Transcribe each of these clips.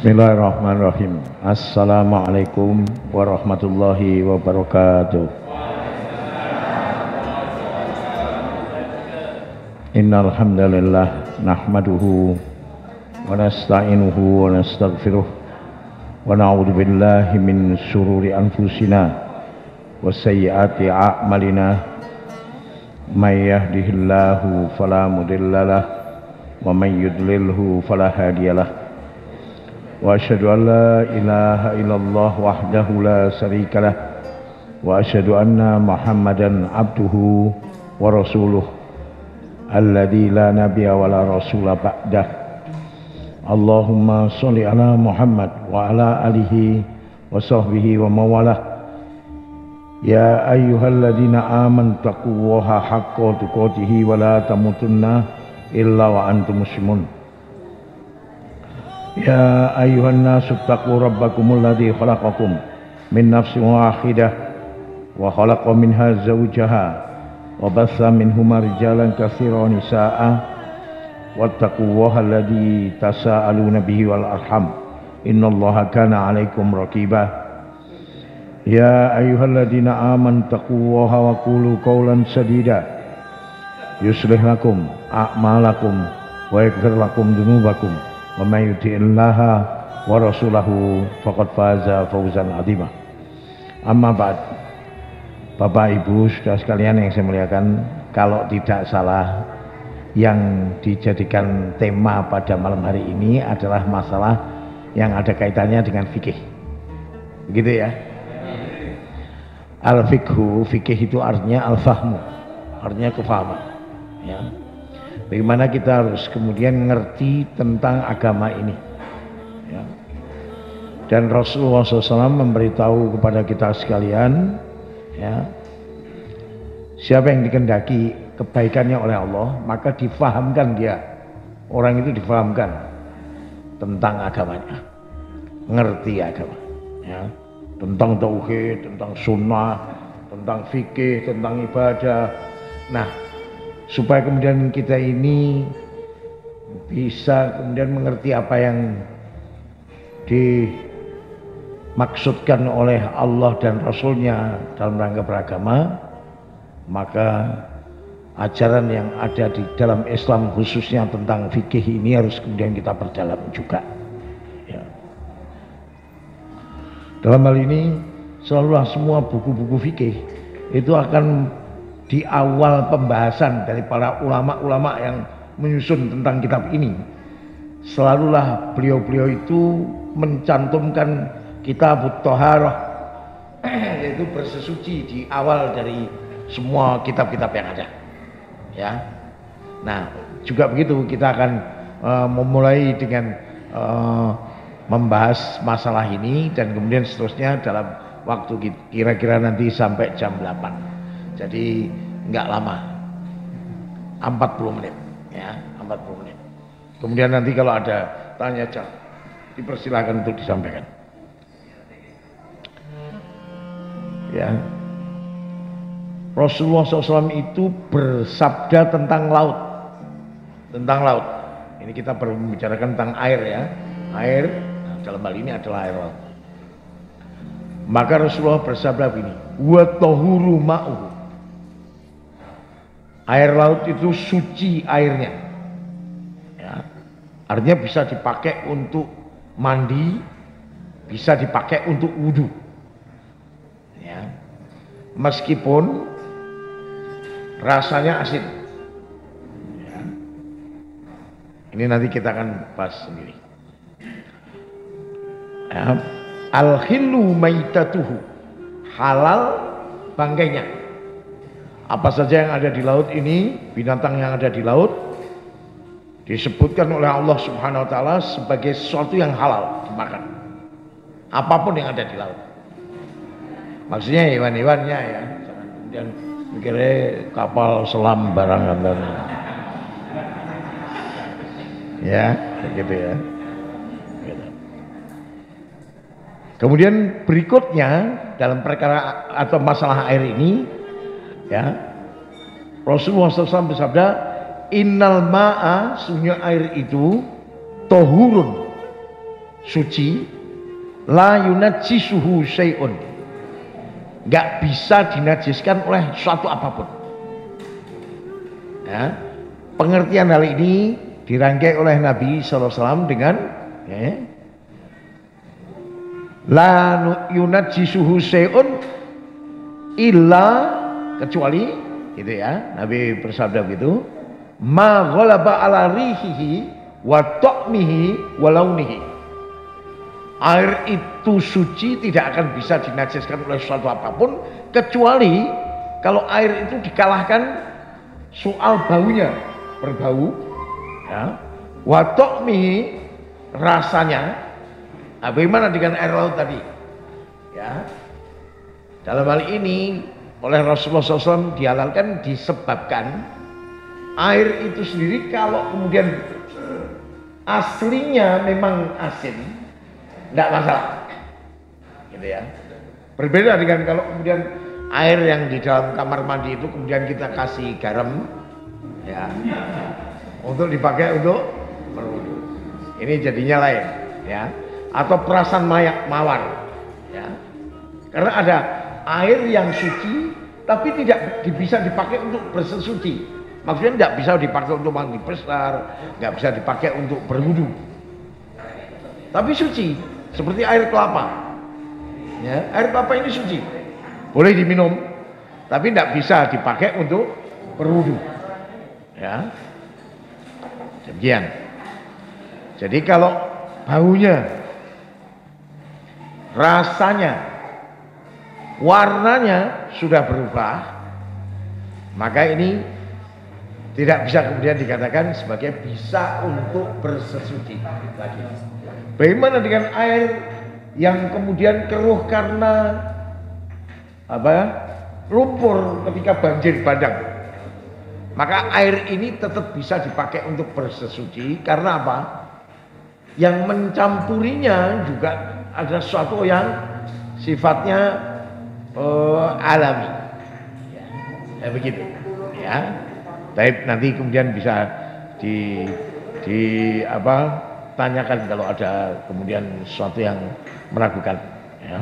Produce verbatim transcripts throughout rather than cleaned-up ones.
Bismillahirrahmanirrahim. Assalamualaikum warahmatullahi wabarakatuh. Innal hamdalillah nahmaduhu wa nasta'inuhu wa nastaghfiruh wa na'udzu billahi min shururi anfusina wa sayyiati a'malina. May yahdihillahu fala mudhillalah wa may yudlilhu fala hadiyalah. Wa asyhadu an la ilaha illallah wahdahu la syarika lah wa asyhadu anna Muhammadan abduhu wa rasuluh alladzi la nabiyya wa la rasula ba'dah. Allahumma sholli ala Muhammad wa ala alihi wa sahbihi wa mawalah. Ya ayyuhalladzina amanu taqullaha haqqa tuqatih wa la tamutunna illa wa antum muslimun. Ya ayyuhan nasu taqu rabbakumul ladzi khalaqakum min nafsin wahidah wa khalaqa minha zawjaha wa bassa minhuma rijalan katsiran wa nisaa'a wattaqullaha alladzi tasaaluna bihi wal arham innallaha kana 'alaikum raqiba. Ya ayyuhalladzina amanu taqullaha wa qulu qawlan sadida yuslih lakum a'malakum wa yaghfir lakum dzunubakum wa may yuti'illaha wa rasulahu faqad faza fawzan 'azima. Amma ba'd. Bapak Ibu saudara sekalian yang saya muliakan, kalau tidak salah yang dijadikan tema pada malam hari ini adalah masalah yang ada kaitannya dengan fikih. Begitu ya? Al-fikhu, fikih itu artinya al-fahmu, artinya kefahaman, ya. Bagaimana kita harus kemudian ngerti tentang agama ini, ya. Dan Rasulullah shallallahu alaihi wasallam memberitahu kepada kita sekalian, ya, siapa yang dikehendaki kebaikannya oleh Allah, maka difahamkan dia, orang itu difahamkan tentang agamanya, ngerti agama, ya, tentang tauhid, tentang sunnah, tentang fikih, tentang ibadah. Nah, supaya kemudian kita ini bisa kemudian mengerti apa yang dimaksudkan oleh Allah dan Rasulnya dalam rangka beragama, maka ajaran yang ada di dalam Islam khususnya tentang fikih ini harus kemudian kita perdalam juga, ya. Dalam hal ini selalulah semua buku-buku fikih itu akan di awal pembahasan dari para ulama-ulama yang menyusun tentang kitab ini, selalulah beliau-beliau itu mencantumkan kitab Thaharah, yaitu bersesuci di awal dari semua kitab-kitab yang ada, ya. Nah, juga begitu kita akan uh, memulai dengan uh, membahas masalah ini dan kemudian seterusnya dalam waktu kira-kira nanti sampai jam delapan. Jadi enggak lama, empat puluh menit, ya, empat puluh menit. Kemudian nanti kalau ada tanya jawab, dipersilakan untuk disampaikan. Ya, Rasulullah shallallahu alaihi wasallam itu bersabda tentang laut, tentang laut. Ini kita baru membicarakan tentang air, ya, air. Nah, dalam hal ini adalah air laut. Maka Rasulullah bersabda begini, wa tahuru ma'uhu. Air laut itu suci airnya, ya. Artinya bisa dipakai untuk mandi, bisa dipakai untuk wudhu, ya. Meskipun rasanya asin, ya. Ini nanti kita akan bahas sendiri, ya. Al-khillu maitatuhu, halal bangkainya. Apa saja yang ada di laut ini, binatang yang ada di laut, disebutkan oleh Allah Subhanahu wa Ta'ala sebagai sesuatu yang halal dimakan. Apapun yang ada di laut. Maksudnya hewan-hewannya, ya. Jangan kemudian mikirnya kapal selam barang kan. Ya, begitu ya. Kemudian berikutnya dalam perkara atau masalah air ini, ya, Rasulullah shallallahu alaihi wasallam bersabda, innal ma'a, sungguh air itu tohurun, suci, la yunajjisuhu syai'un, nggak bisa dinajiskan oleh suatu apapun. Ya, pengertian hal ini dirangkai oleh Nabi Sallallahu Alaihi Wasallam dengan ya, la yunajjisuhu syai'un illa, kecuali gitu ya, Nabi bersabda begitu, ma ghalaba ala rihihi wa ta'mihi wa launihi. Air itu suci, tidak akan bisa dinajiskan oleh suatu apapun kecuali kalau air itu dikalahkan soal baunya, berbau ya, wa ta'mihi, rasanya. Nah, bagaimana dengan air laut tadi ya, dalam hal ini oleh Rasulullah shallallahu alaihi wasallam dihalalkan disebabkan air itu sendiri kalau kemudian aslinya memang asin, tidak masalah gitu ya. Berbeda dengan kalau kemudian air yang di dalam kamar mandi itu kemudian kita kasih garam ya, untuk dipakai untuk berwudu, ini jadinya lain ya. Atau perasan mayak mawar ya, karena ada air yang suci tapi tidak bisa dipakai untuk bersesuci, maksudnya tidak bisa dipakai untuk mandi besar, nggak bisa dipakai untuk berwudu, tapi suci, seperti air kelapa ya. Air kelapa ini suci, boleh diminum, tapi tidak bisa dipakai untuk berwudu ya. Demikian. Jadi kalau baunya, rasanya, warnanya sudah berubah, maka ini tidak bisa kemudian dikatakan sebagai bisa untuk bersesuci lagi. Bagaimana dengan air yang kemudian keruh karena apa? Lumpur ketika banjir bandang? Maka air ini tetap bisa dipakai untuk bersesuci karena apa? Yang mencampurinya juga ada sesuatu yang sifatnya uh, alami. Ya, ya begitu. Ya. Tapi nanti kemudian bisa di di apa? Tanyakan kalau ada kemudian sesuatu yang meragukan. Ya.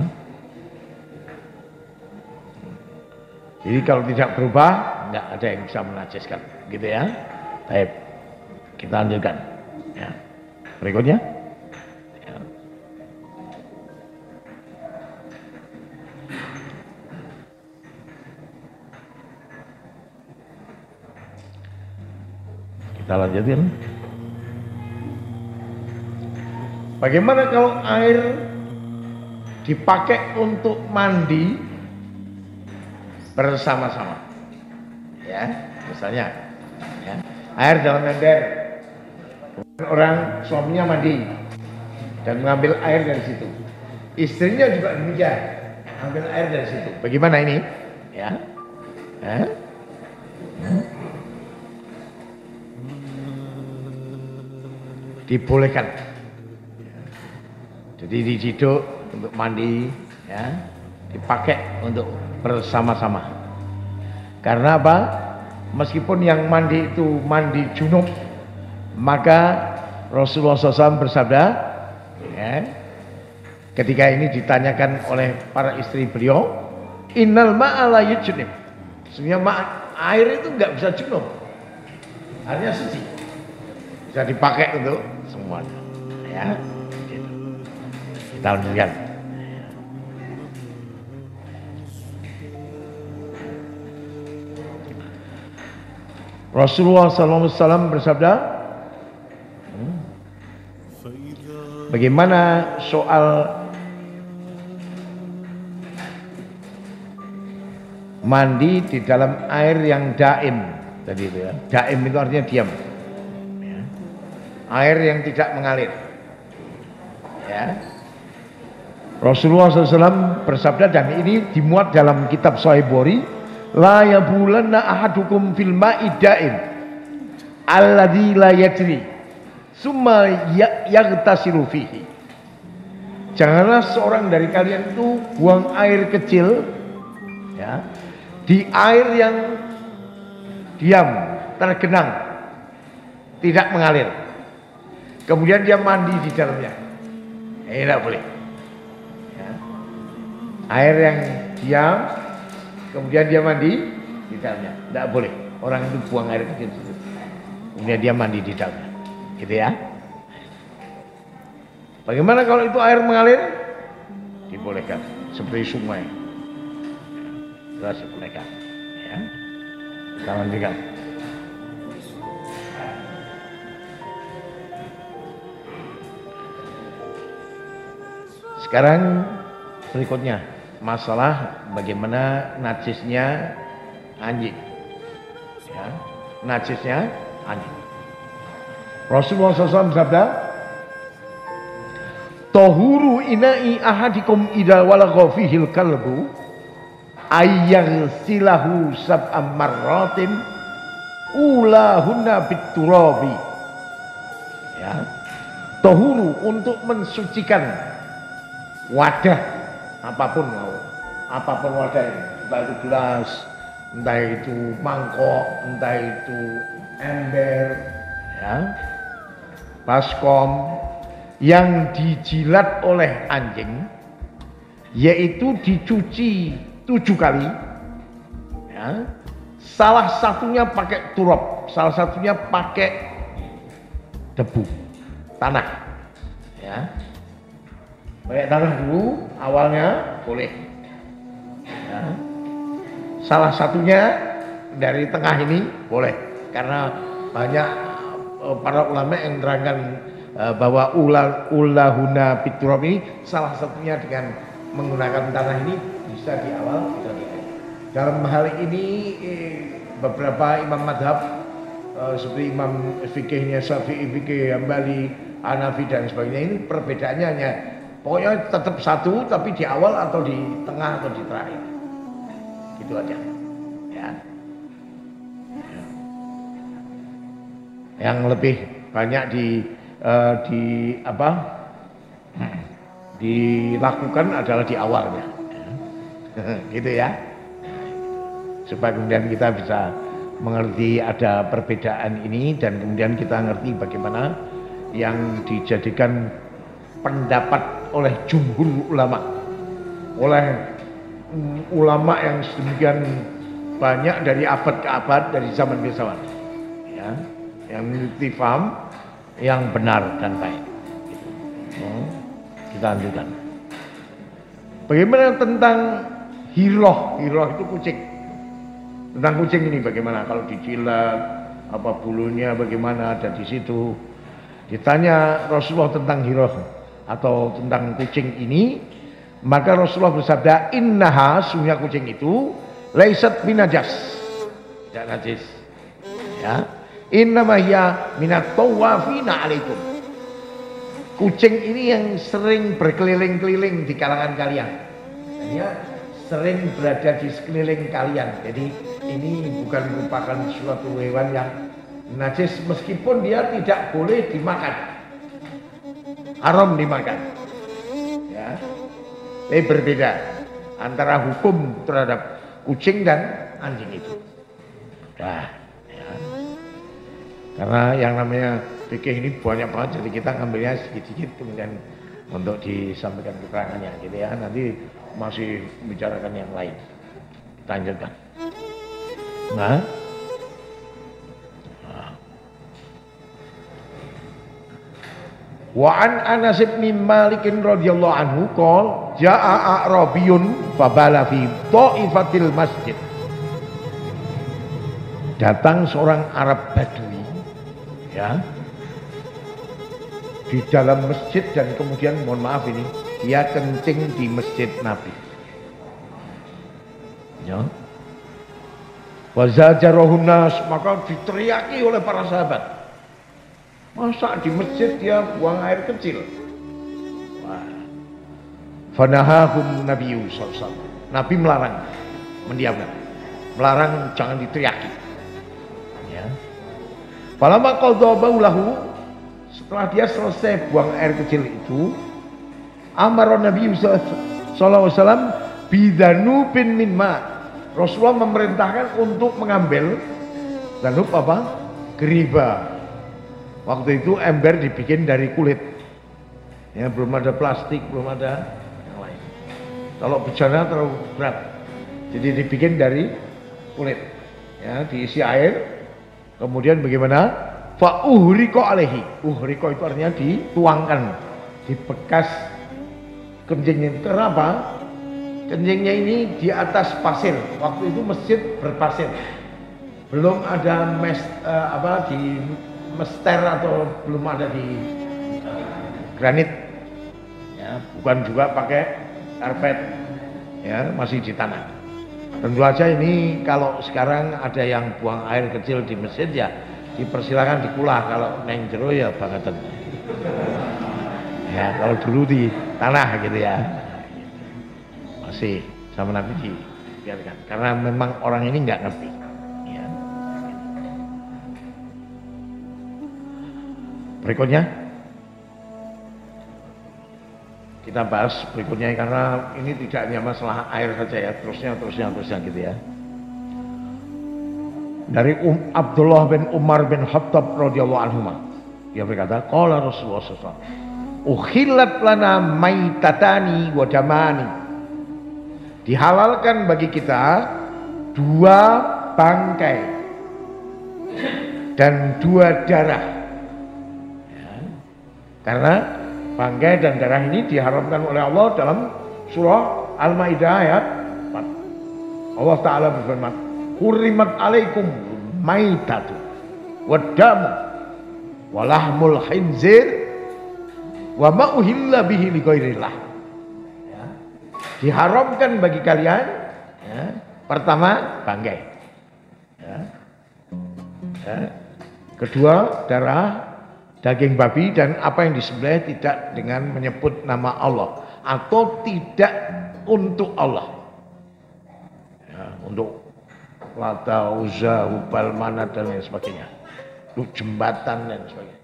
Jadi kalau tidak berubah, nggak ada yang bisa menajiskan, gitu ya. Baik, kita lanjutkan. Ya. Berikutnya. Ya. Kita lanjutin. Bagaimana kalau air dipakai untuk mandi bersama-sama? Ya, misalnya ya, air dalam ember, orang suaminya mandi dan mengambil air dari situ, istrinya juga demikian, ambil air dari situ. Bagaimana ini? Ya, eh? Dibolehkan. Jadi diciduk untuk mandi, ya, dipakai untuk bersama-sama. Karena apa? Meskipun yang mandi itu mandi junub, maka Rasulullah shallallahu alaihi wasallam bersabda, ya, ketika ini ditanyakan oleh para istri beliau, innal ma'a la yujnib. Sebenarnya air itu nggak bisa junub, artinya suci, bisa dipakai untuk semuanya. Ya, gitu. Kita lanjutkan. Rasulullah shallallahu alaihi wasallam bersabda, bagaimana soal mandi di dalam air yang daim tadi itu ya. Daim itu artinya diam. Ya. Air yang tidak mengalir. Ya. Rasulullah shallallahu alaihi wasallam bersabda, dan ini dimuat dalam kitab Sahih Bukhari, la yabulanna ahadukum fil ma'i da'im alladzi la yajri summa yaghtasilu fihi. Janganlah seorang dari kalian itu buang air kecil ya, di air yang diam, tergenang, tidak mengalir, kemudian dia mandi di dalamnya. Eh, tidak boleh. Ya. Air yang diam, kemudian dia mandi di dalamnya, tidak boleh. Orang itu buang air kecil, kemudian dia mandi di dalamnya, gitu ya. Bagaimana kalau itu air mengalir? Dibolehkan, seperti sungai. Jelas dibolehkan. Ya. Kita lanjutkan. Sekarang berikutnya masalah bagaimana najisnya anjing. Ya, najisnya anjing. Rasulullah shallallahu alaihi wasallam bersabda, "Tahuru ina'i ahadikum idza walagha fihil kalbu ayyagsilahu sab'a marratin ulahunna biturabi." Ya. Tahuru untuk mensucikan wadah apapun mau, apapun wadahnya, entah itu gelas, entah itu mangkok, entah itu ember, ya, baskom yang dijilat oleh anjing, yaitu dicuci tujuh kali, ya. Salah satunya pakai turab, salah satunya pakai debu, tanah, ya. Pakai tanah dulu awalnya boleh, ya. Salah satunya dari tengah ini boleh, karena banyak para ulama yang menerangkan bahwa ulah ulahuna biturab ini salah satunya dengan menggunakan tanah ini bisa di awal, bisa di akhir. Dalam hal ini beberapa imam madhab seperti imam fikihnya Syafi'i, fikih Hambali, Hanafi dan sebagainya, ini perbedaannya hanya pokoknya tetap satu, tapi di awal atau di tengah atau di terakhir, gitu aja, ya. Yang lebih banyak di uh, di apa dilakukan adalah di awalnya, ya. Gitu ya, supaya kemudian kita bisa mengerti ada perbedaan ini dan kemudian kita ngerti bagaimana yang dijadikan pendapat oleh jumhur ulama, oleh ulama yang sedemikian banyak dari abad ke abad, dari zaman ke zaman, ya, yang memiliki faham yang benar dan baik. Oh, kita lanjutkan. Bagaimana tentang hiroh? Hiroh itu kucing. Tentang kucing ini bagaimana kalau dijilat, apa bulunya bagaimana ada di situ. Ditanya Rasulullah tentang hiroh atau tentang kucing ini, maka Rasulullah bersabda, innaha, sungguhnya kucing itu laisat binajas, tidak najis, ya. Innama hiya minat tawafina alaikum. Kucing ini yang sering berkeliling-keliling di kalangan kalian, dia sering berada di sekeliling kalian. Jadi ini bukan merupakan suatu hewan yang najis meskipun dia tidak boleh dimakan, haram dimakan, ya. Ini berbeda antara hukum terhadap kucing dan anjing itu. Nah, ya. Karena yang namanya fikih ini banyak banget, jadi kita ngambilnya sedikit-sedikit kemudian untuk disampaikan keterangannya, gitu ya. Nanti masih membicarakan yang lain. Kita lanjutkan. Nah. Wa an Anas bin Malik radhiyallahu anhu qol jaa a'rabiyun fabala fi ta'ifatil masjid. Datang seorang Arab Badui, ya, di dalam masjid dan kemudian mohon maaf ini dia kencing di masjid Nabi, ya. Wa zajarahun nas, maka diteriaki oleh para sahabat. Masa di masjid dia buang air kecil? Wah. Fanahahum Nabi sallallahu alaihi wasallam. Nabi melarang, mendiamkan, melarang jangan diteriaki. Ya. Falamma qadha baulahu, setelah dia selesai buang air kecil itu, amara Nabi sallallahu alaihi wasallam bidanubin min ma. Rasulullah memerintahkan untuk mengambil danub apa? Geriba. Waktu itu ember dibikin dari kulit, Ya, belum ada plastik, belum ada yang lain. Kalau bejana terlalu berat, jadi dibikin dari kulit, ya, diisi air, kemudian bagaimana? Fa uhriko alehi, uhriko itu artinya dituangkan di bekas kencingnya. Kenapa? Kencingnya ini di atas pasir. Waktu itu masjid berpasir, belum ada mes, eh, apa di mester atau belum ada di granit, ya, bukan juga pakai karpet, ya, masih di tanah. Tentu aja ini kalau sekarang ada yang buang air kecil di masjid, ya dipersilakan dikulah, kalau neng jero ya bangetan. Ya kalau dulu di tanah gitu ya, masih sama Nabi dibiarkan, karena memang orang ini nggak ngerti. Ya. Berikutnya kita bahas berikutnya, karena ini tidak hanya masalah air saja ya, terusnya terusnya terusnya gitu ya. Dari um, Abdullah bin Umar bin Khattab radhiyallahu anhu, dia berkata, qala Rasulullah sallallahu alaihi wasallam, ukhillat lana maitatani wa damani. Dihalalkan bagi kita dua bangkai dan dua darah, ya. Karena bangkai dan darah ini diharamkan oleh Allah dalam surah Al-Maidah ayat empat. Allah Ta'ala berfirman, hurrimat alaikum maitatu wadamu walahmul khinzir wa ma'uhilla bihi lighairillah. Ya. Diharamkan bagi kalian, ya, pertama bangkai, ya. Ya. Kedua darah daging babi dan apa yang disembelih tidak dengan menyebut nama Allah atau tidak untuk Allah, ya, untuk Lata, Uzza, Hubal, Manat dan lain sebagainya, untuk jembatan dan sebagainya.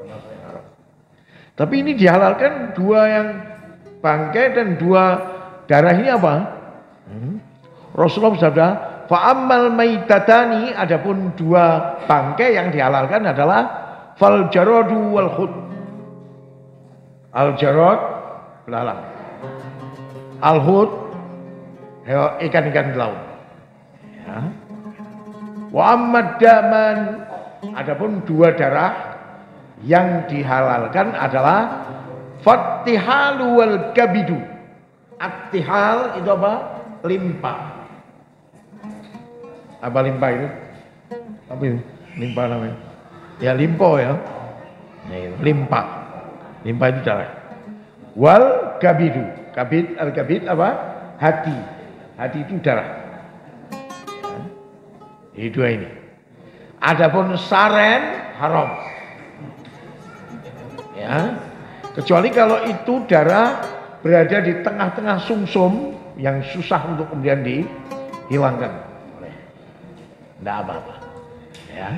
Tapi ini dihalalkan dua yang bangkai dan dua darah ini apa? Hmm? Rasulullah bersabda, fa'ammal maitatani, adapun dua bangkai yang dihalalkan adalah fal jaradu wal khut. Al jarad belalang, al khut ikan-ikan di laut. Ya. Wa ammad daman, adapun dua darah yang dihalalkan adalah fattihalu wal kabidu. Attihal itu apa? Limpa. Apa limpa itu? Apa itu? Limpa namanya. Ya limpo ya. Nah, itu. Limpa. Limpa itu darah. Wal kabidu. Kabid, al kabid apa? Hati. Hati itu darah. Ini dua ini. Adapun saren haram. Ya. Kecuali kalau itu darah berada di tengah-tengah sumsum yang susah untuk kemudian dihilangkan. Tidak apa-apa. Ya.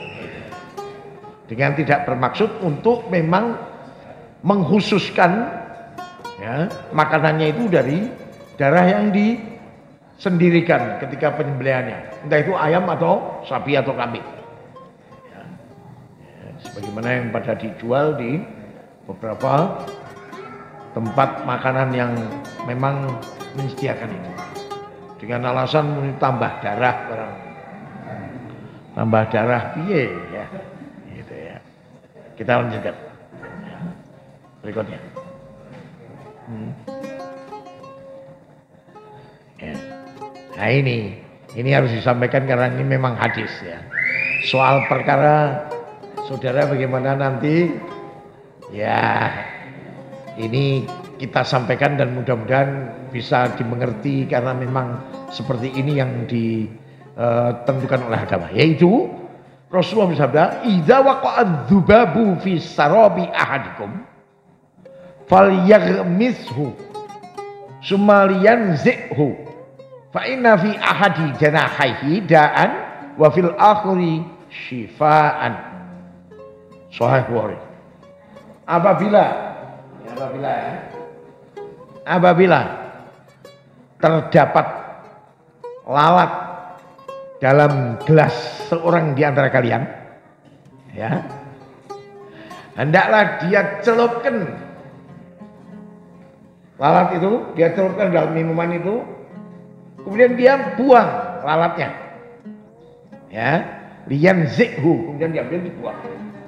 Dengan tidak bermaksud untuk memang mengkhususkan, ya, makanannya itu dari darah yang di sendirikan ketika penyembelihannya, entah itu ayam atau sapi atau kambing, ya. Ya, sebagaimana yang pada dijual di beberapa tempat makanan yang memang menyediakan itu dengan alasan tambah darah barang, tambah darah piye ya, gitu ya. Kita lanjutkan, ya. Berikutnya. Hmm. Ya. Nah ini, ini harus disampaikan karena ini memang hadis ya. Soal perkara saudara bagaimana nanti, ya ini kita sampaikan dan mudah-mudahan bisa dimengerti karena memang seperti ini yang ditentukan oleh agama. Yaitu Rasulullah bersabda, idza waqa'adz dzubabu fi sarabi ahadikum falyaghmishu summa liyanzihhu fa inna fi ahadi janahaihi da'an wa fil akhiri shifaan. Sahih Bukhari. Apabila ya, apabila ya, apabila terdapat lalat dalam gelas seorang di antara kalian, ya, hendaklah dia celupkan Lalat itu dia celupkan dalam minuman itu, kemudian dia buang lalatnya. Ya, lian zikhu, kemudian diambil dibuang.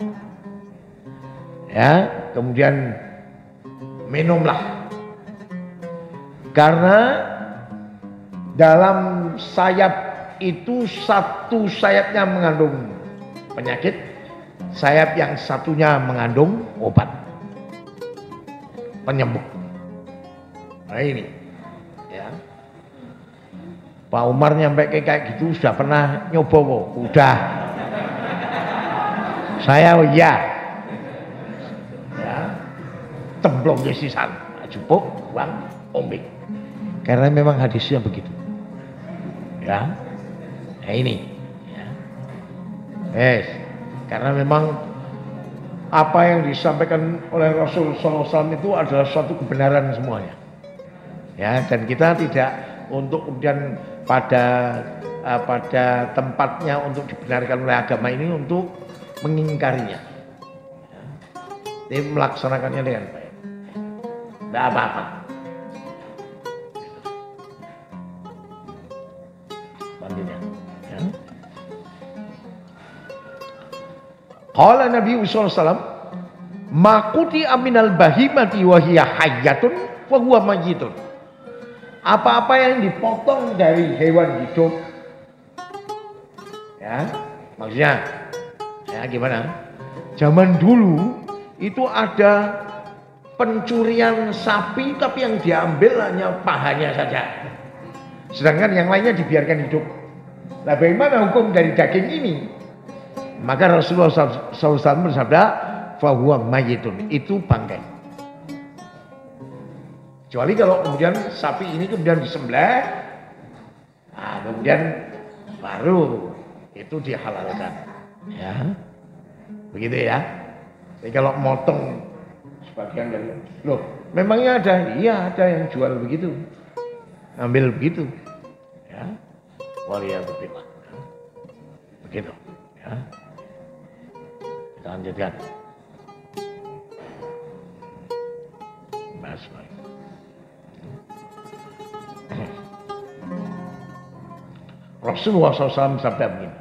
Ya, kemudian minumlah. Karena dalam sayap itu satu sayapnya mengandung penyakit, sayap yang satunya mengandung obat penyembuh. Nah ini, ya. Pak Umar nyampe kayak gitu sudah pernah nyoba kok, udah. Saya ya, ya, temblong sisan, jupuk, uang, ombik. Karena memang hadisnya begitu. Ya, nah ini. Ya. Yes. Karena memang apa yang disampaikan oleh Rasul Sallallahu Alaihi Wasallam itu adalah suatu kebenaran semuanya. Ya, dan kita tidak untuk kemudian pada uh, pada tempatnya untuk dibenarkan oleh agama ini untuk mengingkarinya. Ya. Jadi melaksanakannya dengan baik. Tidak apa-apa. Qala Nabi sallallahu alaihi wasallam, "Maquti aminal bahimati wa hiya hayyatun wa huwa mayyitun." Apa-apa yang dipotong dari hewan hidup, ya, maksudnya, ya gimana? Zaman dulu itu ada pencurian sapi, tapi yang diambil hanya pahanya saja, sedangkan yang lainnya dibiarkan hidup. Nah, bagaimana hukum dari daging ini? Maka Rasulullah shallallahu alaihi wasallam bersabda, "Fahuwa mayyitun," itu bangkai. Kecuali kalau kemudian sapi ini kemudian disembelih, nah, kemudian baru itu dihalalkan, ya, begitu ya. Jadi kalau motong sebagian dari, loh, memangnya ada? Iya, ada yang jual begitu, ambil begitu, ya, waliyadzubillah, begitu, ya. Kita lanjutkan. Bahas lagi. Rasulullah shallallahu alaihi wasallam sabda begini,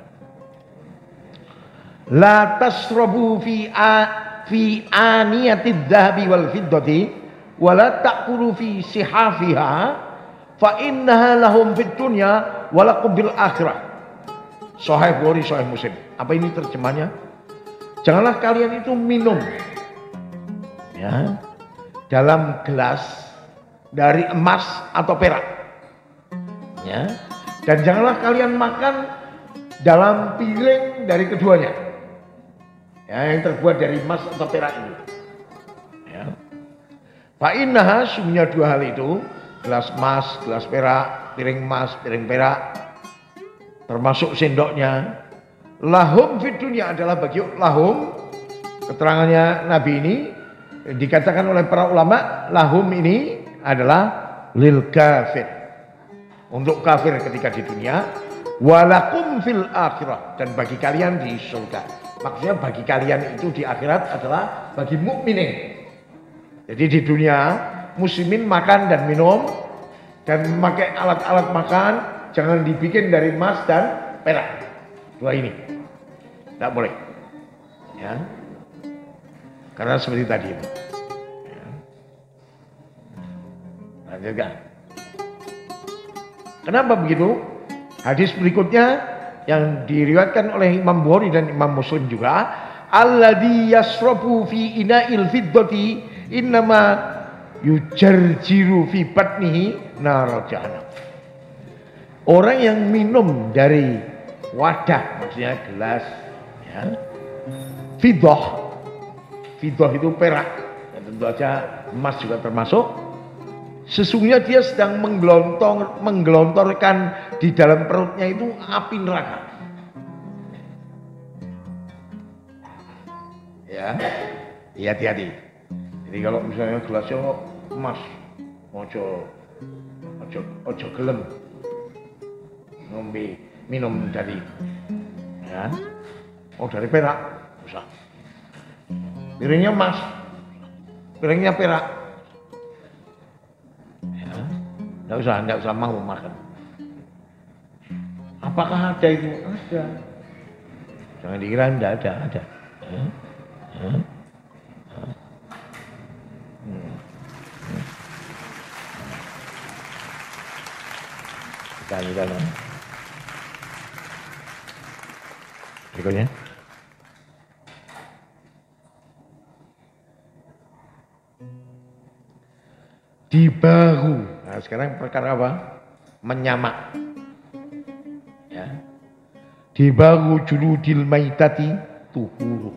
la tasrabu fi a fi aniyatid dhahabi wal fiddati wa la ta'kulu fi sihafiha fa innaha lahum fid dunya wa lakum bil akhirah. Sahih Bukhari, Sahih Muslim. Apa ini terjemahnya? Janganlah kalian itu minum, ya, dalam gelas dari emas atau perak, ya, dan janganlah kalian makan dalam piring dari keduanya, ya, yang terbuat dari emas atau perak ini. Ya. Fa innaha, sungguhnya dua hal itu, gelas emas, gelas perak, piring emas, piring perak, termasuk sendoknya, lahum fid dunya, adalah bagi lahum, keterangannya Nabi ini dikatakan oleh para ulama, lahum ini adalah lil kafir, untuk kafir ketika di dunia, walakum fil akhirah, dan bagi kalian di surga. Maksudnya bagi kalian itu di akhirat adalah bagi mukminin. Jadi di dunia muslimin makan dan minum dan memakai alat-alat makan jangan dibikin dari emas dan perak. Dua ini tidak boleh, ya, karena seperti tadi itu. Ya. Lanjutkan. Kenapa begitu? Hadis berikutnya yang diriwayatkan oleh Imam Bukhari dan Imam Muslim juga, alladzi yasrabu fi ina'il fiddati innama yujarjiru fi batnihi nar jahannam. Orang yang minum dari wadah, maksudnya gelas, ya, fiddah, fiddah itu perak, dan tentu saja emas juga termasuk. Sesungguhnya dia sedang menggelontor, menggelontorkan di dalam perutnya itu api neraka. Ya, hati-hati. Jadi kalau misalnya gelasnya emas, ojo, ojo, ojo gelem ngombe minum dari, ya, oh dari perak, usah. Piringnya emas, piringnya perak, Enggak usah, enggak usah mau makan. Apakah ada itu? Ada. Jangan dikira enggak ada, ada. Hmm. Hmm. Hmm. Kita di dalam. Berikutnya. Di bahu. Nah, sekarang perkara apa? Menyamak. Ya. Di bahu juludil maitati tuhuru.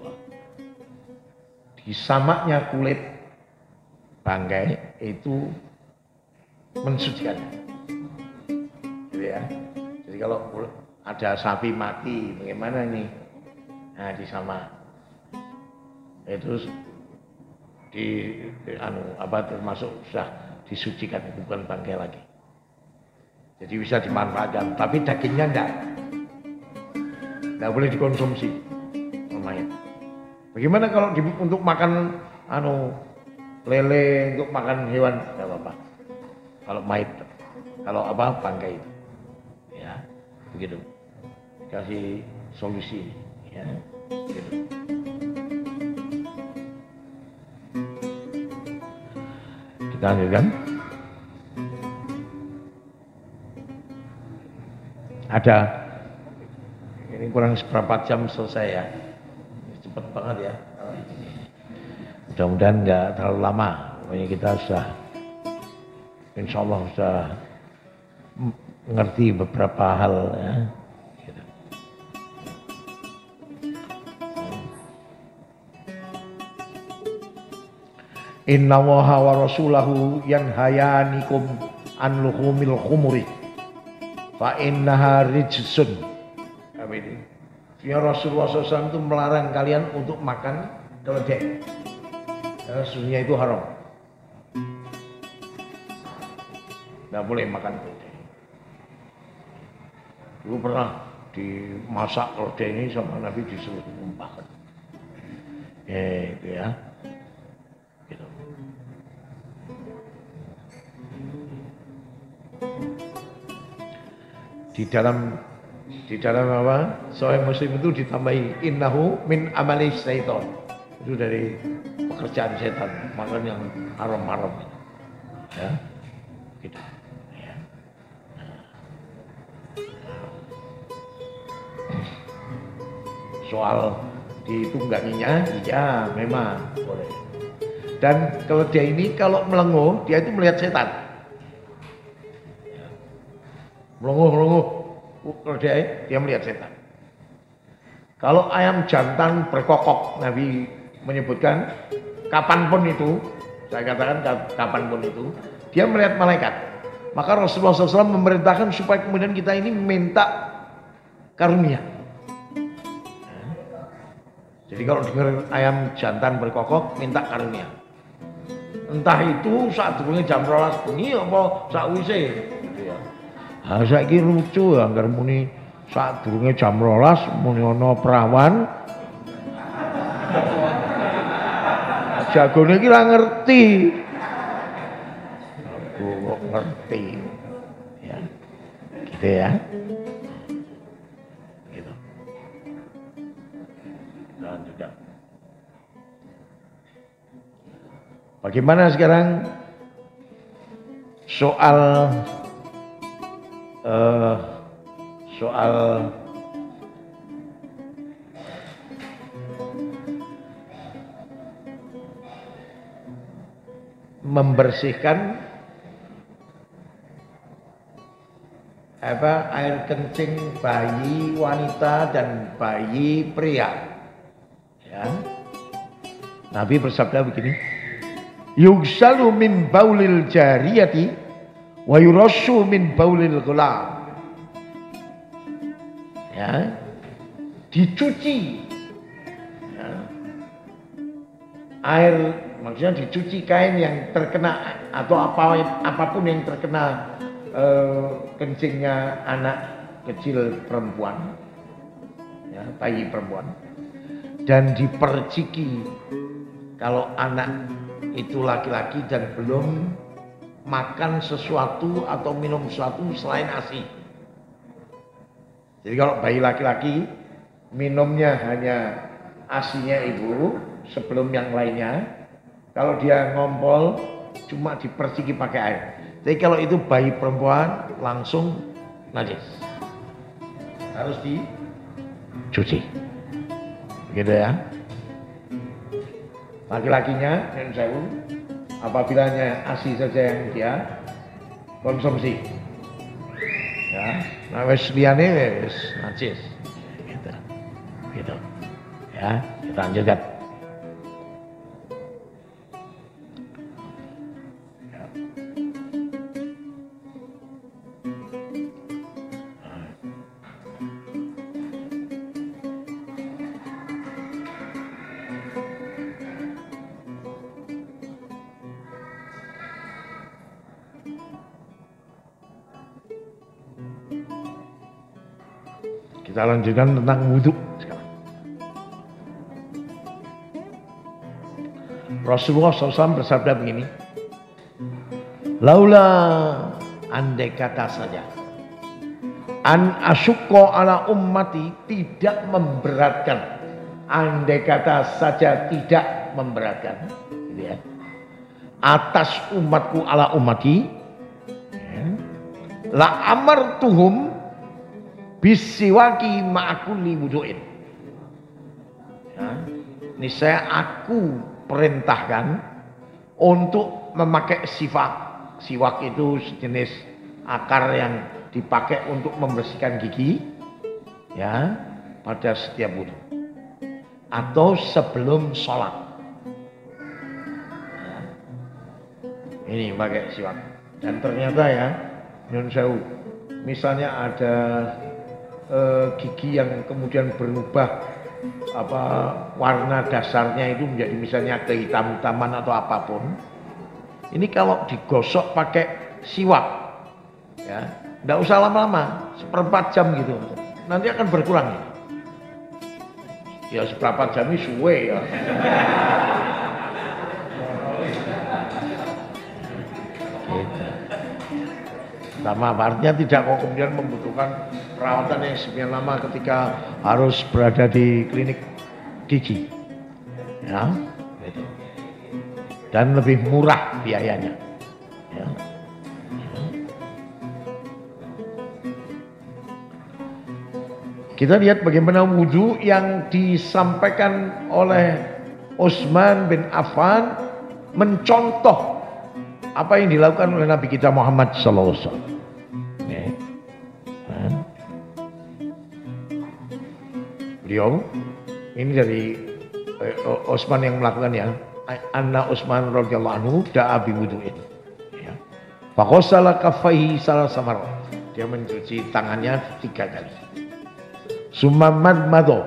Di samaknya kulit bangkai itu mensucikan. Gitu ya. Jadi kalau ada sapi mati, bagaimana nih? Nah, di samak. Itu di, di anu apa termasuk sudah disucikan, itu bukan bangkai lagi. Jadi bisa dimanfaatkan, tapi dagingnya enggak. Enggak boleh dikonsumsi. Lumayan. Bagaimana kalau di, untuk makan anu lele, untuk makan hewan enggak apa-apa. Kalau mait, kalau apa bangkai itu. Ya, begitu. Kasih solusi ya. Gitu. Kita lanjutkan. Ada, ini kurang seperempat jam selesai ya, cepet banget ya. Mudah-mudahan nggak terlalu lama. Pokoknya kita sudah, insya Allah sudah mengerti beberapa hal ya. Gitu. Inna waha wa rasulahu yanhayanikum an luhumil khumuri fa innaha rijsun. Amin. Ya Rasulullah shallallahu alaihi wasallam itu melarang kalian untuk makan keledai. Karena sesungguhnya itu haram. Tidak boleh makan keledai. Dulu pernah dimasak keledai ini sama Nabi disuruh tumpahkan. Eh, itu ya. Gitu. Di dalam di dalam apa? Sahih Muslim itu ditambahi innahu min amali syaitan. Itu dari pekerjaan setan, makan yang haram-haram. Ya. Gitu. Ya. Soal ditungganginya, ya memang boleh. Dan keledai ini kalau melenguh, dia itu melihat setan. Melenguh-melenguh, keledai, dia melihat setan. Kalau ayam jantan berkokok, Nabi menyebutkan, kapanpun itu, saya katakan kapanpun itu, dia melihat malaikat. Maka Rasulullah shallallahu alaihi wasallam memerintahkan supaya kemudian kita ini minta karunia. Jadi kalau dengar ayam jantan berkokok, minta karunia. Entah itu saat durunge jam rolas bengi apa sakwise gitu ya. Ha saiki lucu ya anggar muni saat durunge jam rolas muni ana perawan. Jagone iki ra ngerti. Aku kok ngerti. Ya. Gitu ya. Gitu. Dan juga bagaimana sekarang soal uh, soal membersihkan apa air kencing bayi wanita dan bayi pria? Ya. Nabi bersabda begini. Yugsalu min baulil jariyati wa yurashu min baulil ghulam. Ya. Dicuci. Ya. Air maksudnya dicuci kain yang terkena atau apa apapun yang terkena eh, kencingnya anak kecil perempuan. Ya, bayi perempuan. Dan diperciki kalau anak itu laki-laki dan belum makan sesuatu atau minum sesuatu selain ASI. Jadi kalau bayi laki-laki minumnya hanya ASInya ibu sebelum yang lainnya. Kalau dia ngompol cuma diperciki pakai air. Jadi kalau itu bayi perempuan langsung najis. Harus dicuci. Begitu ya. Laki-lakinya yang saya apabila hanya ASI saja yang dia konsumsi. Ya, nah wis liyane wis najis. Gitu. Gitu. Ya, kita lanjutkan. Kita lanjutkan tentang wudhu sekarang. Rasulullah shallallahu alaihi wasallam bersabda begini, laula andai kata saja, an asyukko ala ummati, tidak memberatkan, andai kata saja tidak memberatkan, gitu ya, atas umatku ala ummati, ya, la amartuhum bisiwaki ma'akulli wudu'in. Ya, ini saya aku perintahkan untuk memakai siwak. Siwak itu sejenis akar yang dipakai untuk membersihkan gigi, ya, pada setiap wudu atau sebelum sholat. Ya, ini pakai siwak. Dan ternyata ya, nyun sewu, misalnya ada gigi yang kemudian berubah apa warna dasarnya itu menjadi misalnya kehitam-hitaman atau apapun, ini kalau digosok pakai siwak, ya, nggak usah lama-lama, seperempat jam gitu, nanti akan berkurang. Ya seperempat jam ini suwe ya. Gitu. Sama artinya tidak kok kemudian membutuhkan perawatan yang sekian lama ketika harus berada di klinik gigi, ya, gitu. Dan lebih murah biayanya, ya. Kita lihat bagaimana wudhu yang disampaikan oleh Utsman bin Affan mencontoh apa yang dilakukan oleh Nabi kita Muhammad sallallahu alaihi wasallam. Beliau ini dari eh, Utsman yang melakukan ya, anna Utsman radhiyallahu anhu da'a bi wudu'in. Ya. Fa ghassala kaffaihi salasa marrat. Dia mencuci tangannya tiga kali. Summa madmado.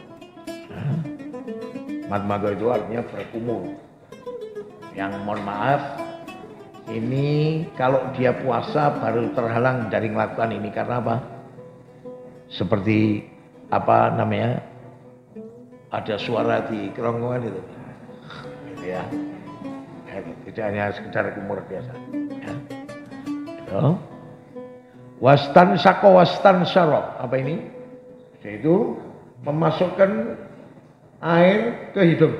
Madmado itu artinya berkumur. Yang mohon maaf, ini kalau dia puasa baru terhalang dari melakukan ini karena apa? Seperti apa namanya, ada suara di kerongkongan itu, gitu ya, tidak hanya sekedar kumur biasa, ya. Gitu. Wastan sako wastan syaro, apa ini? Yaitu memasukkan air ke hidung,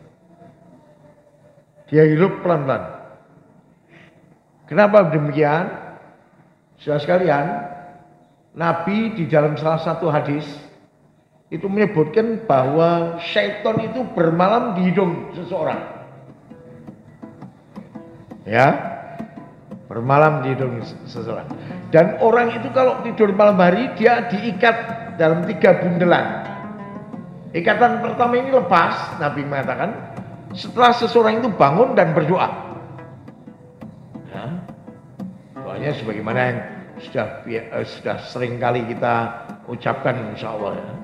dia hidup pelan-pelan. Kenapa demikian? Saudara sekalian, Nabi di dalam salah satu hadis itu menyebutkan bahwa syaitan itu bermalam di hidung seseorang. Ya, bermalam di hidung seseorang. Dan orang itu kalau tidur malam hari dia diikat dalam tiga bundelan. Ikatan pertama ini lepas, Nabi mengatakan, setelah seseorang itu bangun dan berdoa. Ya, doanya sebagaimana yang sudah uh, sudah sering kali kita ucapkan insya Allah, ya.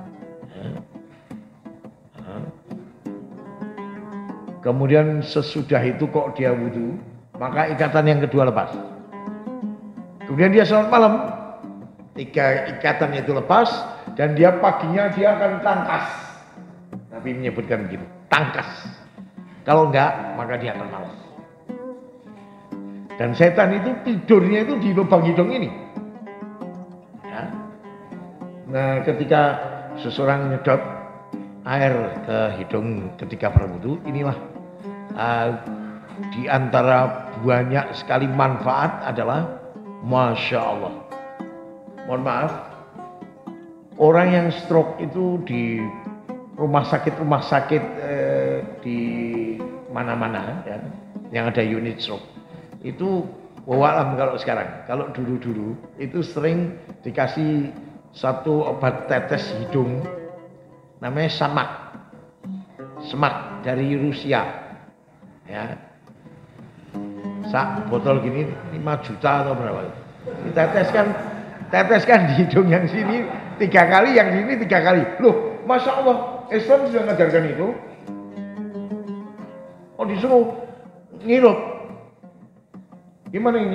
Kemudian sesudah itu kok dia wudhu, maka ikatan yang kedua lepas. Kemudian dia sholat malam, tiga ikatan itu lepas, dan dia paginya dia akan tangkas. Nabi menyebutkan begitu, tangkas. Kalau enggak, maka dia akan malas. Dan setan itu tidurnya itu di lubang hidung ini. Ya. Nah, ketika seseorang nyedot air ke hidung ketika berwudu, inilah uh, di antara banyak sekali manfaat adalah Masya Allah. Mohon maaf, orang yang stroke itu di rumah sakit-rumah sakit eh, di mana-mana ya, yang ada unit stroke itu wawalam kalau sekarang. Kalau dulu-dulu itu sering dikasih satu obat tetes hidung namanya Samak, Semak dari Rusia ya. Sak botol gini lima juta atau berapa itu. Diteteskan, teteskan di hidung yang sini tiga kali, yang sini tiga kali. Loh, Masya Allah, Islam sudah mengajarkan itu. Oh, disuruh ngirup. Gimana ini?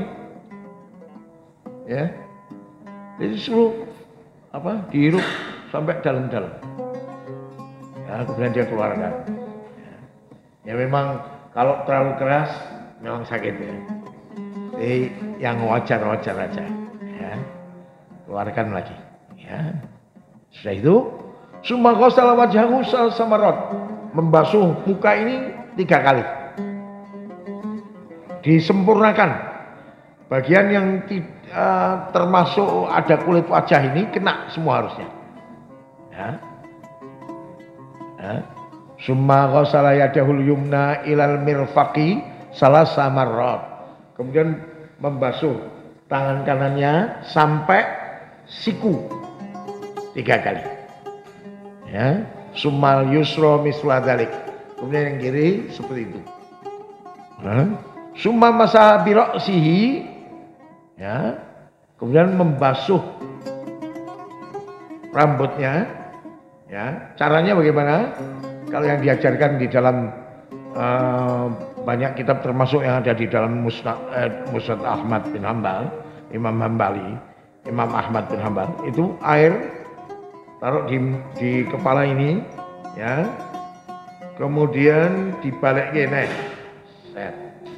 Ya, jadi suruh apa? Dihirup sampai dalam-dalam. Ya, kemudian dia keluarkan. Ya, ya memang kalau terlalu keras memang sakit ya. Jadi yang wajar-wajar aja. Ya, keluarkan lagi. Ya, sudah itu. Summa ghasala wajhahu samarot, membasuh muka ini tiga kali. Disempurnakan. Bagian yang uh, termasuk ada kulit wajah ini kena semua harusnya. Ya. Ya. Summa ghasala yadahul yumna ilal mirfaqi salasa marrat. Kemudian membasuh tangan kanannya sampai siku tiga kali. Ya, summal yusra misla dzalik. Kemudian yang kiri seperti itu. Nah, summa masa biraqsihi, ya. Kemudian membasuh rambutnya, ya. Caranya bagaimana? Kalau yang diajarkan di dalam uh, banyak kitab termasuk yang ada di dalam Musnad eh, Musnad Ahmad bin Hambal, Imam Hambali, Imam Ahmad bin Hambal, itu air taruh di, di kepala ini, ya, kemudian dibalik gini, set,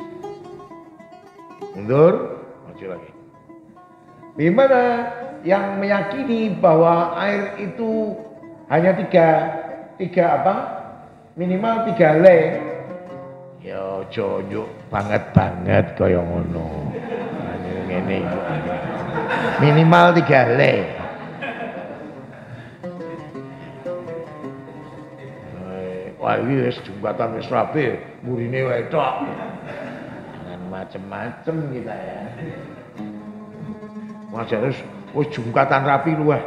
mundur, maju lagi. Bagaimana yang meyakini bahwa air itu hanya tiga, tiga apa, minimal tiga le, ya jonyuk banget banget kaya ngono, ini minimal tiga le. Wah, ini wis jembatan wis rapi, murine wedok. Jangan macem-macem kita ya. Wajar wis wis jembatan rapi luweh.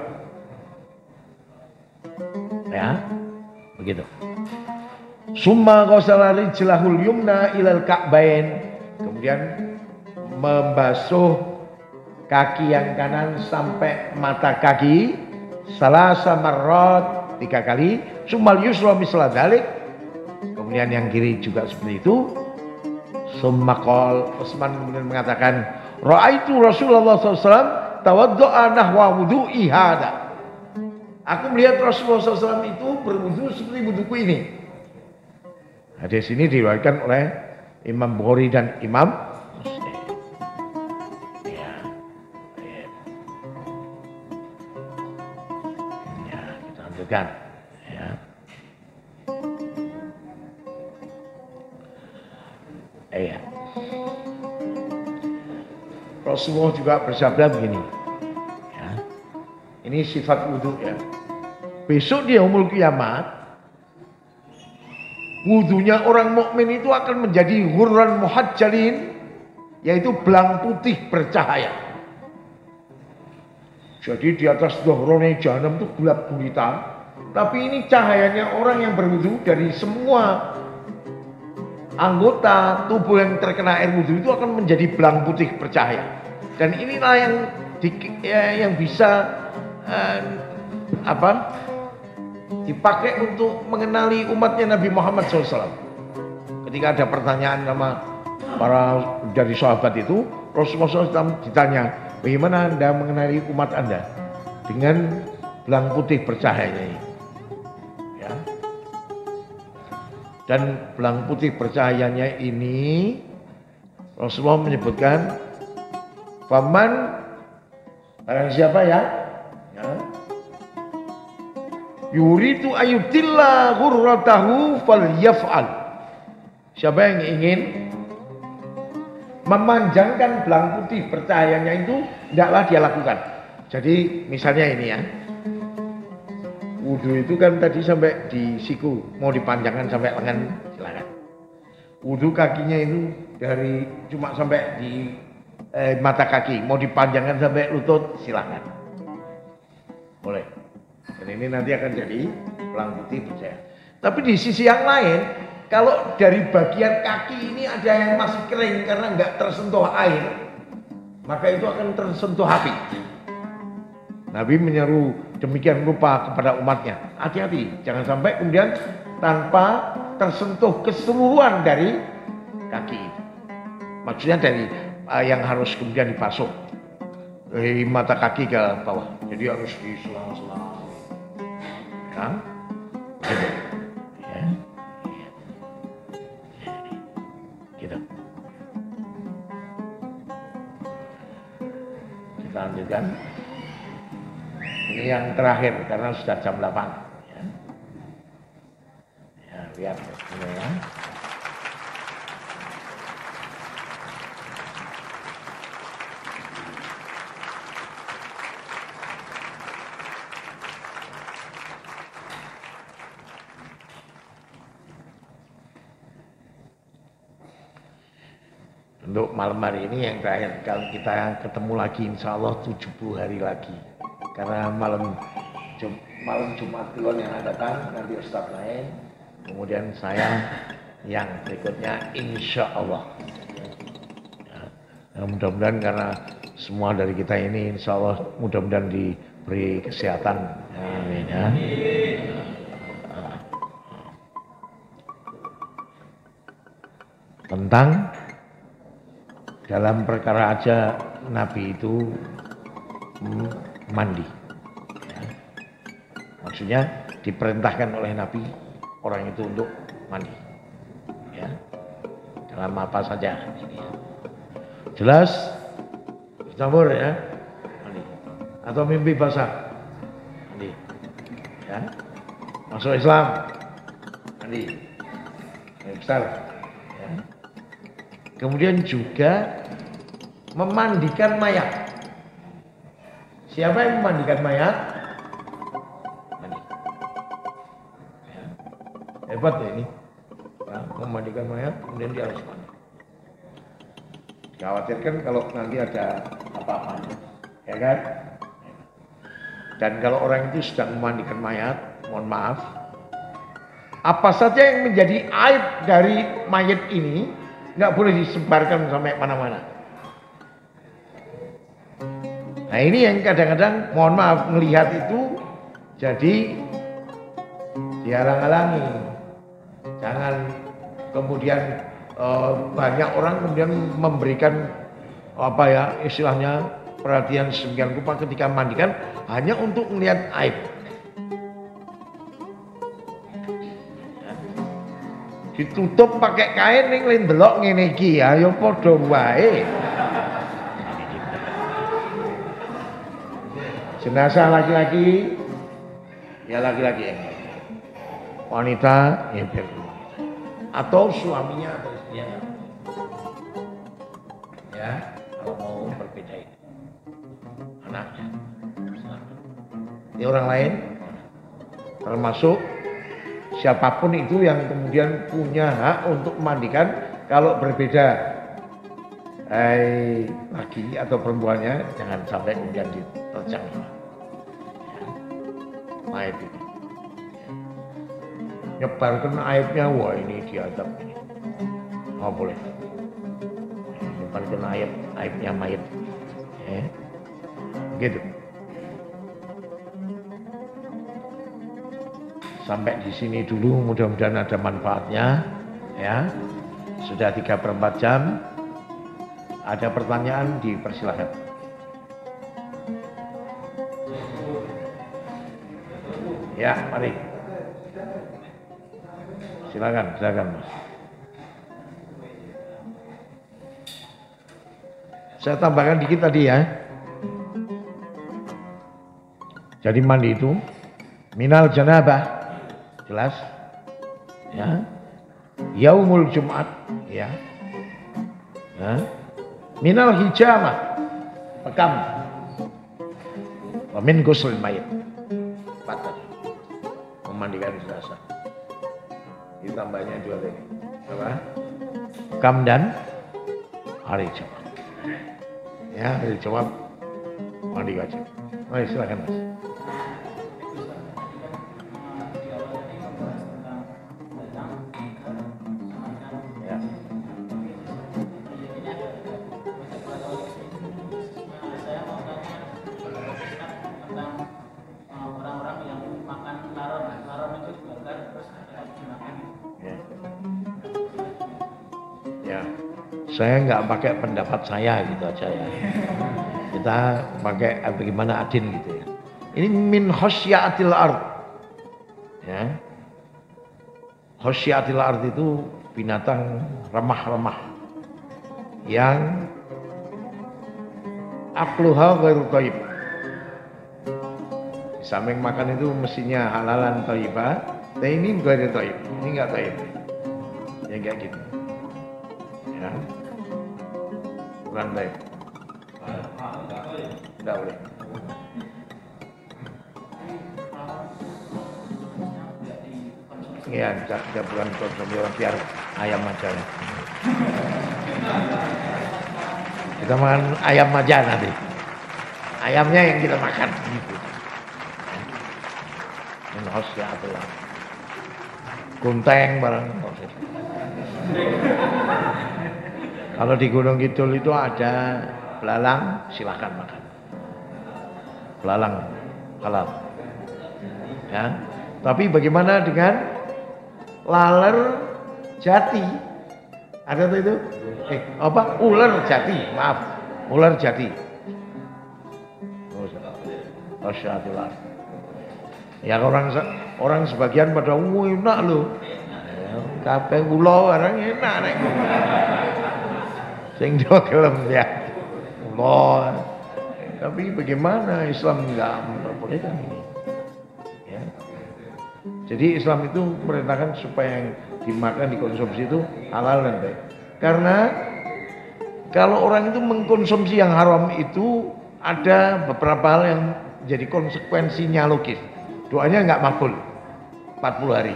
Ya. Begitu. Summa ghasala rijlahul yumna ilal ka'bain. Kemudian membasuh kaki yang kanan sampai mata kaki salasa marrat, tiga kali. Summal yusra misla dzalik. Kemudian yang kiri juga seperti itu. Summa qol, Utsman kemudian mengatakan, ra'aitu Rasulullah sallallahu alaihi wasallam tawaddu'a nahwa wudu'i hada. Aku melihat Rasulullah sallallahu alaihi wasallam itu berwudu seperti wuduku ini. Hadis ini diriwayatkan oleh Imam Bukhari dan Imam Muslim. Ya, ya. Ya, kita lanjutkan. Ya. Iya. Rasulullah juga bersabda begini. Ya. Ini sifat wudhu ya. Besok di yaumul kiamat, wudhunya orang mukmin itu akan menjadi ghurran muhajjalin, yaitu belang putih bercahaya. Jadi di atas dhahrone jahanam itu gelap gulita, tapi ini cahayanya orang yang berwudhu dari semua anggota tubuh yang terkena air wudhu itu akan menjadi belang putih bercahaya. Dan inilah yang di, ya, yang bisa uh, apa dipakai untuk mengenali umatnya Nabi Muhammad shallallahu alaihi wasallam. Ketika ada pertanyaan sama para dari sahabat itu, Rasulullah shallallahu alaihi wasallam ditanya, bagaimana Anda mengenali umat Anda? Dengan belang putih bercahayanya ini. Ya. Dan belang putih bercahayanya ini Rasulullah menyebutkan, faman, barang siapa ya, ya yuridu ayudillah ghurratahu falyaf'al. Siapa yang ingin memanjangkan belang putih percayanya itu, hendaklah dia lakukan. Jadi misalnya ini ya, wudhu itu kan tadi sampai di siku, mau dipanjangkan sampai lengan, silakan. Wudhu kakinya itu dari cuma sampai di eh, mata kaki, mau dipanjangkan sampai lutut, silakan. Boleh. Dan ini nanti akan jadi belang putih percaya. Tapi di sisi yang lain, kalau dari bagian kaki ini ada yang masih kering karena nggak tersentuh air, maka itu akan tersentuh api. Nabi menyeru demikian rupa kepada umatnya, hati-hati, jangan sampai kemudian tanpa tersentuh keseluruhan dari kaki itu. Maksudnya dari uh, yang harus kemudian dipasok dari mata kaki ke bawah. Jadi harus diselang-selang. Ya, gitu. Ya. Gitu. Kita lanjutkan. Ini yang terakhir karena sudah jam delapan. Ya, ya lihat ini ya. Untuk malam hari ini yang terakhir, kalau kita ketemu lagi insya Allah tujuh puluh hari lagi. Karena malam Jum, malam Jumat Kliwon yang akan datang, nanti Ustadz lain, kemudian saya yang berikutnya insya Allah. Ya, nah, mudah-mudahan karena semua dari kita ini insya Allah mudah-mudahan diberi kesehatan. Amin ya. Tentang dalam perkara aja Nabi itu mandi. Ya. Maksudnya diperintahkan oleh Nabi orang itu untuk mandi. Ya. Dalam apa saja. Jelas? Campur ya? Mandi. Atau mimpi basah? Mandi. Ya. Masuk Islam? Mandi. Yang besar. Ya. Kemudian juga memandikan mayat. Siapa yang memandikan mayat? Mandi. Ya. Hebat ya ini. Ya, memandikan mayat, kemudian dia harus mandi. Dikhawatirkan kalau nanti ada apa-apa. Ya kan? Dan kalau orang itu sedang memandikan mayat, mohon maaf, apa saja yang menjadi aib dari mayat ini, nggak boleh disebarkan sampai mana-mana. Nah ini yang kadang-kadang mohon maaf melihat itu jadi dihalang-halangi. Jangan kemudian eh, banyak orang kemudian memberikan apa ya istilahnya perhatian sedemikian rupa ketika mandikan hanya untuk melihat aib. Ditutup pakai kain ning lin delok ngene iki ya ya padha wae. Jenazah laki-laki ya laki-laki yang wanita ya biar atau suaminya atau istrinya ya kalau mau berbeda itu anaknya ini orang lain termasuk siapapun itu yang kemudian punya hak untuk memandikan kalau berbeda eh, laki atau perempuannya jangan sampai kemudian diterjang aib ini nyebarkan aibnya wah ini diadab ini nggak boleh nyebarkan aib aibnya mayat eh, gitu sampai di sini dulu mudah-mudahan ada manfaatnya ya sudah tiga per empat jam ada pertanyaan dipersilahkan. Ya, mari. Silakan, silakan Mas. saya tambahkan dikit tadi ya. Jadi mandi itu minal janabah, jelas ya. Yaumul Jumat ya. Ya. Minal hijamah, pekam. Wa min ghusl mayit. Patah. Memandikan jenazah. Ditambahnya dua lagi. Apa? Pekam dan hari Jumat. Ya, hari Jumat mandi wajib. Mari silakan Mas. Saya nggak pakai pendapat saya gitu aja ya. Kita pakai bagaimana Adin gitu ya. Ini min khosyatil ard. Ya. Khosyatil ard itu binatang remah-remah yang akluha ghairu thayyib. Di samping makan itu mestinya halalan thayyibah, tapi ini ghairu thayyib. Ini enggak thayyib. Ya kayak gitu. Ya. Bukan baik. Tidak boleh. Iya, tidak bukan konsumsi orang biar ayam aja. Kita makan ayam aja nanti. Ayamnya yang kita makan gitu. Ini harus ya atulah. Kunteng barang. Kalau di Gunung Kidul itu ada belalang, silakan makan. Belalang halal. Ya. Tapi bagaimana dengan laler jati? Ada tuh itu? Eh, apa? Ular jati, maaf. Ular jati. Masyaallah. Ya orang orang sebagian pada oh, enak loh. Kabeh kula barang enak nek. Sing do gelem ya. Allah. Tapi bagaimana Islam enggak memperbolehkan ini? Ya. Jadi Islam itu merintahkan supaya yang dimakan, dikonsumsi itu halal dan baik. Karena kalau orang itu mengkonsumsi yang haram itu ada beberapa hal yang jadi konsekuensinya logis. Doanya enggak makbul empat puluh hari.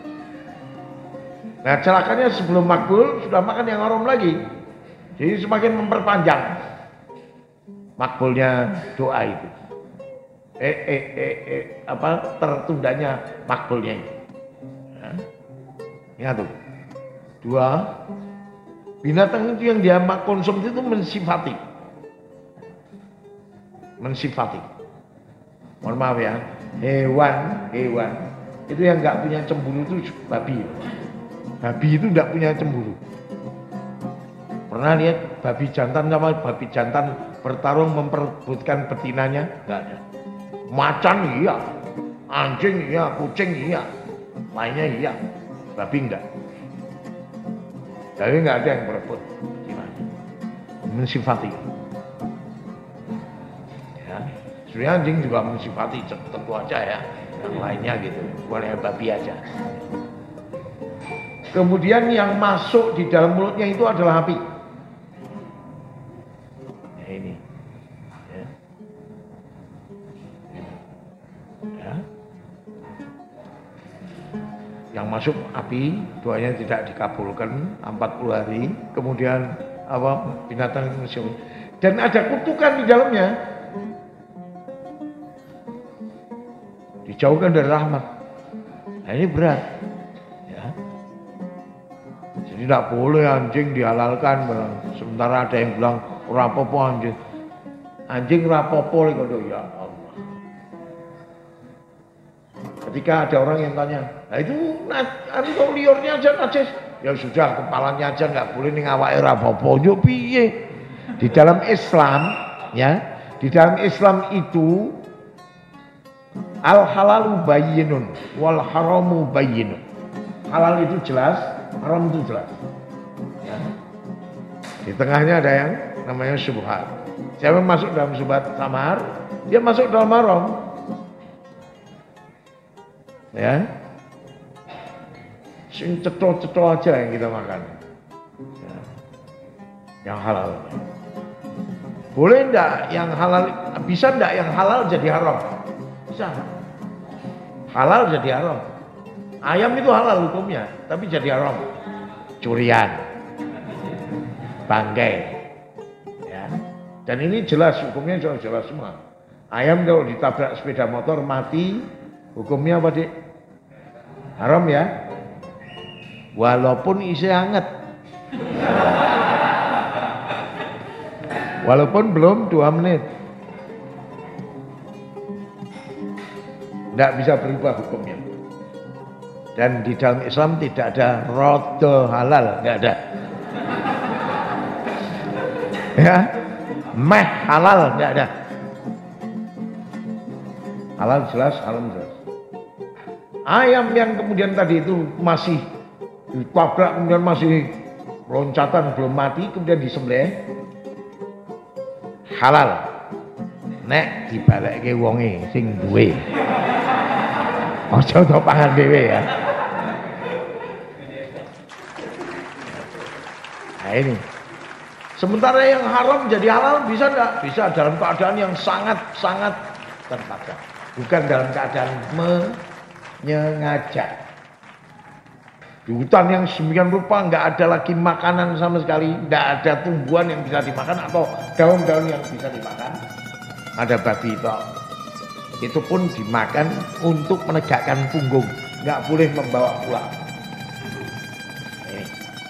Nah celakanya sebelum makbul sudah makan yang haram lagi. Jadi semakin memperpanjang makbulnya doa itu. Eh, eh, eh, eh, apa tertundanya makbulnya itu. Ya. Ingat tuh. Dua, binatang itu yang dia konsumsi itu mensifati. Mensifati. Mohon maaf ya, hewan, hewan itu yang nggak punya cemburu itu babi. Babi itu nggak punya cemburu. Pernah lihat babi jantan sama babi jantan bertarung memperebutkan betinanya? Enggak ada. Macan iya, anjing iya, kucing iya, lainnya iya, babi enggak. Jadi enggak ada yang berebut betinanya. Mensifati. Ya, sebenarnya anjing juga mensifati, tentu aja ya. Yang lainnya gitu, boleh babi aja. Kemudian yang masuk di dalam mulutnya itu adalah api. Ini ya. Ya. Yang masuk api doanya tidak dikabulkan empat puluh hari, kemudian apa binatang itu dan ada kutukan di dalamnya, dijauhkan dari rahmat. Nah, ini berat ya. Jadi tidak boleh anjing dihalalkan, sementara ada yang bilang rapopo anjing. Anjing rapopo kok ya Allah. Ketika ada orang yang tanya, nah itu nanti kok liurnya aja najis. Ya sudah, kepalanya aja nggak boleh ning awake rapopo. Yo piye? Di dalam Islam ya, di dalam Islam itu al halalu bayyinun wal haramu bayyinun. Halal itu jelas, haram itu jelas. Ya. Di tengahnya ada yang namanya syubhat. Siapa yang masuk dalam syubhat samar, dia masuk dalam haram. Ya. Sing cetol-cetol aja yang kita makan. Ya. Yang halal. Boleh enggak yang halal, bisa enggak yang halal jadi haram? Bisa. Halal jadi haram. Ayam itu halal hukumnya, tapi jadi haram. Curian. Bangkai. Ya. Dan ini jelas, hukumnya jelas, jelas semua. Ayam kalau ditabrak sepeda motor mati, hukumnya apa, Dik? Haram ya? Walaupun isi hangat. Walaupun belum dua menit. Tidak bisa berubah hukumnya. Dan di dalam Islam tidak ada rodo halal, nggak ada. Ya, meh halal nggak ada. Halal jelas, haram jelas. Ayam yang kemudian tadi itu masih ditabrak, kemudian masih loncatan belum mati, kemudian disembelih, halal. Nek dibalekke wonge sing duwe. Aja tok pangan dhewe ya. Nah ini. Sementara yang haram jadi halal bisa enggak? Bisa dalam keadaan yang sangat-sangat terpaksa. Bukan dalam keadaan menyengaja. Di hutan yang sedemikian rupa nggak ada lagi makanan sama sekali, nggak ada tumbuhan yang bisa dimakan atau daun-daun yang bisa dimakan. Ada babi itu, itu pun dimakan untuk menegakkan punggung, nggak boleh membawa pulang. Ini.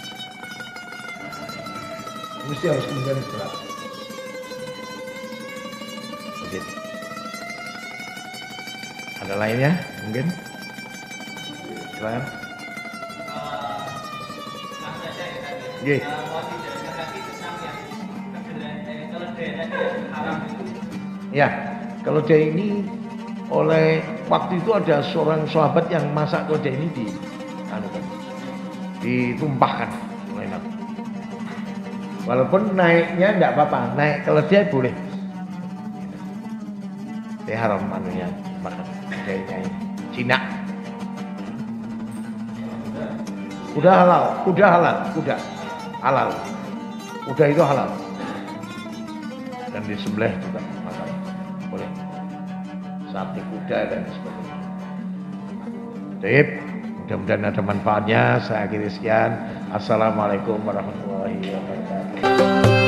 Mesti harus kemudian berat. Begitu. Ada lainnya mungkin? Silakan. Yeah. Ya, kalau dia ini oleh waktu itu ada seorang sahabat yang masak keledai ini di anu kan, ditumpahkan oleh Nabi. Walaupun naiknya enggak apa-apa, naik keledai boleh. Dia haram anunya makan keledainya ini. Cina. Kuda halal, kuda halal, kuda halal. Kuda itu halal. Dan disembelih juga makan. Boleh. Sate kuda dan sebagainya. Baik, mudah-mudahan ada manfaatnya. Saya akhiri sekian. Assalamualaikum warahmatullahi wabarakatuh.